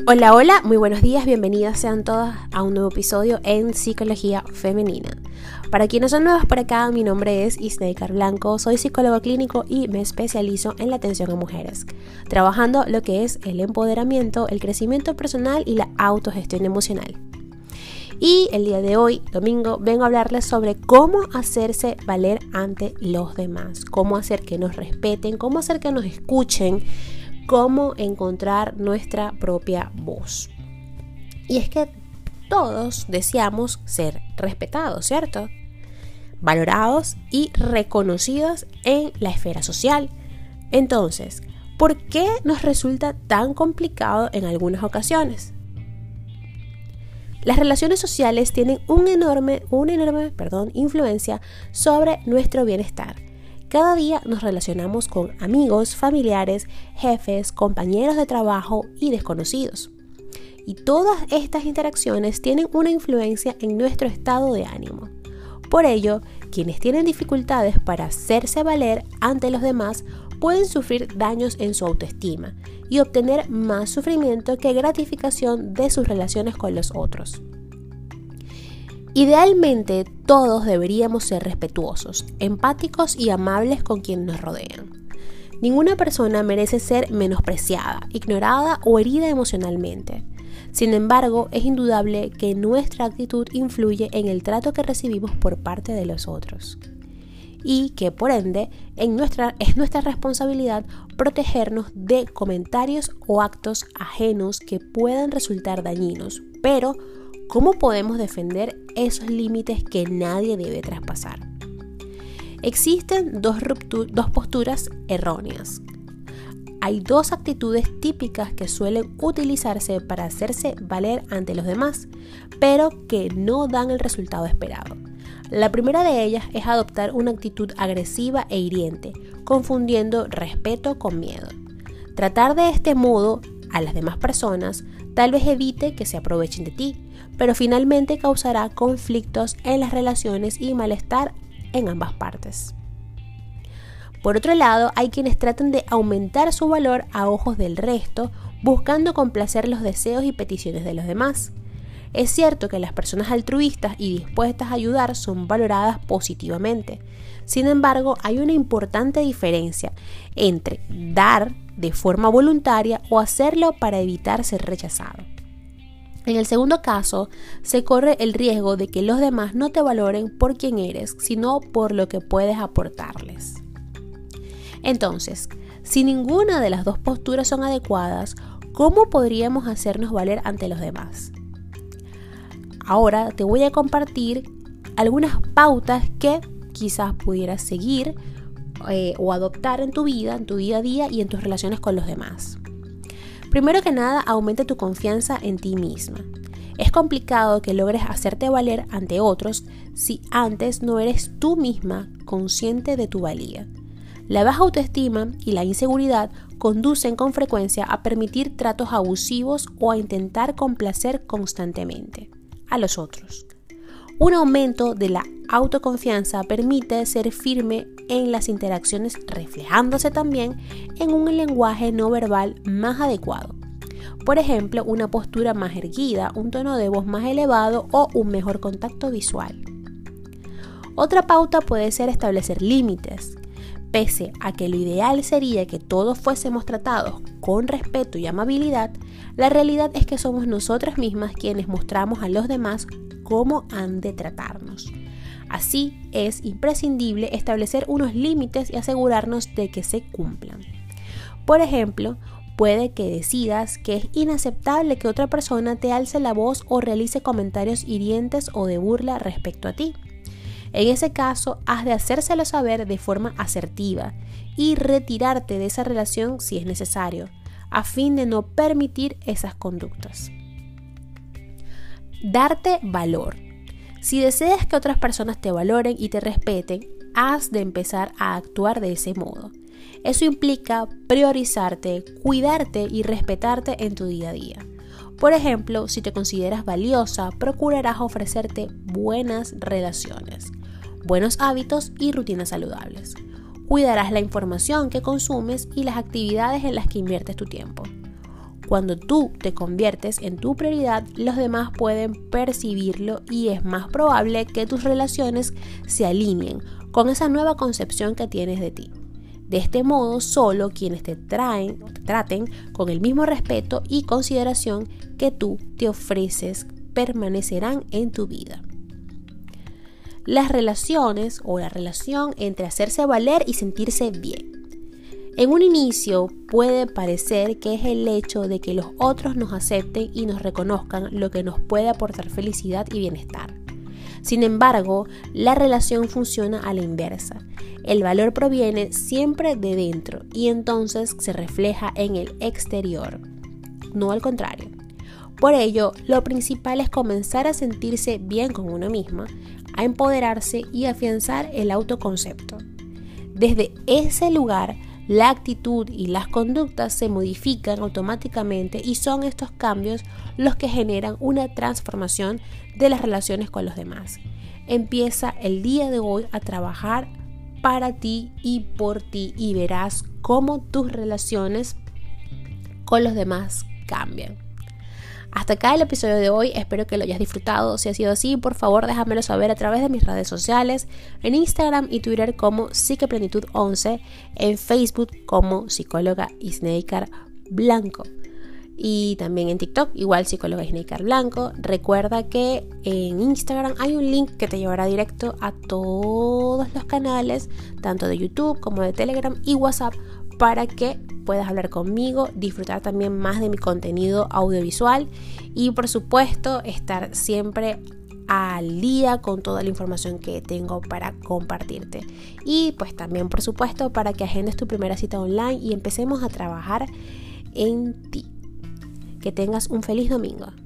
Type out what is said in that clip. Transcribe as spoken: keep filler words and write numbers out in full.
Hola, hola, muy buenos días, bienvenidas sean todas a un nuevo episodio en Psicología Femenina. Para quienes son nuevas por acá, mi nombre es Isneikar Blanco, soy psicólogo clínico y me especializo en la atención a mujeres, trabajando lo que es el empoderamiento, el crecimiento personal y la autogestión emocional. Y el día de hoy, domingo, vengo a hablarles sobre cómo hacerse valer ante los demás, cómo hacer que nos respeten, cómo hacer que nos escuchen, cómo encontrar nuestra propia voz. Y es que todos deseamos ser respetados, ¿cierto? Valorados y reconocidos en la esfera social. Entonces, ¿por qué nos resulta tan complicado en algunas ocasiones? Las relaciones sociales tienen un enorme, una enorme perdón, influencia sobre nuestro bienestar. Cada día nos relacionamos con amigos, familiares, jefes, compañeros de trabajo y desconocidos. Y todas estas interacciones tienen una influencia en nuestro estado de ánimo. Por ello, quienes tienen dificultades para hacerse valer ante los demás pueden sufrir daños en su autoestima y obtener más sufrimiento que gratificación de sus relaciones con los otros. Idealmente, todos deberíamos ser respetuosos, empáticos y amables con quienes nos rodean. Ninguna persona merece ser menospreciada, ignorada o herida emocionalmente. Sin embargo, es indudable que nuestra actitud influye en el trato que recibimos por parte de los otros. Y que, por ende, en nuestra, es nuestra responsabilidad protegernos de comentarios o actos ajenos que puedan resultar dañinos, pero ¿cómo podemos defender esos límites que nadie debe traspasar? Existen dos, ruptu- dos posturas erróneas. Hay dos actitudes típicas que suelen utilizarse para hacerse valer ante los demás, pero que no dan el resultado esperado. La primera de ellas es adoptar una actitud agresiva e hiriente, confundiendo respeto con miedo. Tratar de este modo a las demás personas tal vez evite que se aprovechen de ti, pero finalmente causará conflictos en las relaciones y malestar en ambas partes. Por otro lado, hay quienes tratan de aumentar su valor a ojos del resto, buscando complacer los deseos y peticiones de los demás. Es cierto que las personas altruistas y dispuestas a ayudar son valoradas positivamente. Sin embargo, hay una importante diferencia entre dar de forma voluntaria o hacerlo para evitar ser rechazado. En el segundo caso, se corre el riesgo de que los demás no te valoren por quien eres, sino por lo que puedes aportarles. Entonces, si ninguna de las dos posturas son adecuadas, ¿cómo podríamos hacernos valer ante los demás? Ahora te voy a compartir algunas pautas que quizás pudieras seguir eh, o adoptar en tu vida, en tu día a día y en tus relaciones con los demás. Primero que nada, aumenta tu confianza en ti misma. Es complicado que logres hacerte valer ante otros si antes no eres tú misma consciente de tu valía. La baja autoestima y la inseguridad conducen con frecuencia a permitir tratos abusivos o a intentar complacer constantemente a los otros. Un aumento de la autoconfianza permite ser firme en las interacciones, reflejándose también en un lenguaje no verbal más adecuado. Por ejemplo, una postura más erguida, un tono de voz más elevado o un mejor contacto visual. Otra pauta puede ser establecer límites. Pese a que lo ideal sería que todos fuésemos tratados con respeto y amabilidad, la realidad es que somos nosotras mismas quienes mostramos a los demás cómo han de tratarnos. Así, es imprescindible establecer unos límites y asegurarnos de que se cumplan. Por ejemplo, puede que decidas que es inaceptable que otra persona te alce la voz o realice comentarios hirientes o de burla respecto a ti. En ese caso, has de hacérselo saber de forma asertiva y retirarte de esa relación si es necesario, a fin de no permitir esas conductas. Darte valor. Si deseas que otras personas te valoren y te respeten, has de empezar a actuar de ese modo. Eso implica priorizarte, cuidarte y respetarte en tu día a día. Por ejemplo, si te consideras valiosa, procurarás ofrecerte buenas relaciones, buenos hábitos y rutinas saludables. Cuidarás la información que consumes y las actividades en las que inviertes tu tiempo. cuando tú te conviertes en tu prioridad, los demás pueden percibirlo y es más probable que tus relaciones se alineen con esa nueva concepción que tienes de ti. De este modo, solo quienes te, traen, te traten con el mismo respeto y consideración que tú te ofreces permanecerán en tu vida. Las relaciones o la relación entre hacerse valer y sentirse bien. En un inicio puede parecer que es el hecho de que los otros nos acepten y nos reconozcan lo que nos puede aportar felicidad y bienestar. Sin embargo, la relación funciona a la inversa. El valor proviene siempre de dentro y entonces se refleja en el exterior, no al contrario. Por ello, lo principal es comenzar a sentirse bien con uno misma, a empoderarse y afianzar el autoconcepto. Desde ese lugar, la actitud y las conductas se modifican automáticamente y son estos cambios los que generan una transformación de las relaciones con los demás. Empieza el día de hoy a trabajar para ti y por ti y verás cómo tus relaciones con los demás cambian. Hasta acá el episodio de hoy, espero que lo hayas disfrutado. Si ha sido así, por favor déjamelo saber a través de mis redes sociales, en Instagram y Twitter como Psiqueplenitud once, en Facebook como psicóloga Isneikar Blanco y también en TikTok igual psicóloga Isneikar Blanco. Recuerda que en Instagram hay un link que te llevará directo a todos los canales, tanto de YouTube como de Telegram y WhatsApp, para que puedas hablar conmigo, disfrutar también más de mi contenido audiovisual y por supuesto estar siempre al día con toda la información que tengo para compartirte. Y pues también por supuesto para que agendes tu primera cita online y empecemos a trabajar en ti. Que tengas un feliz domingo.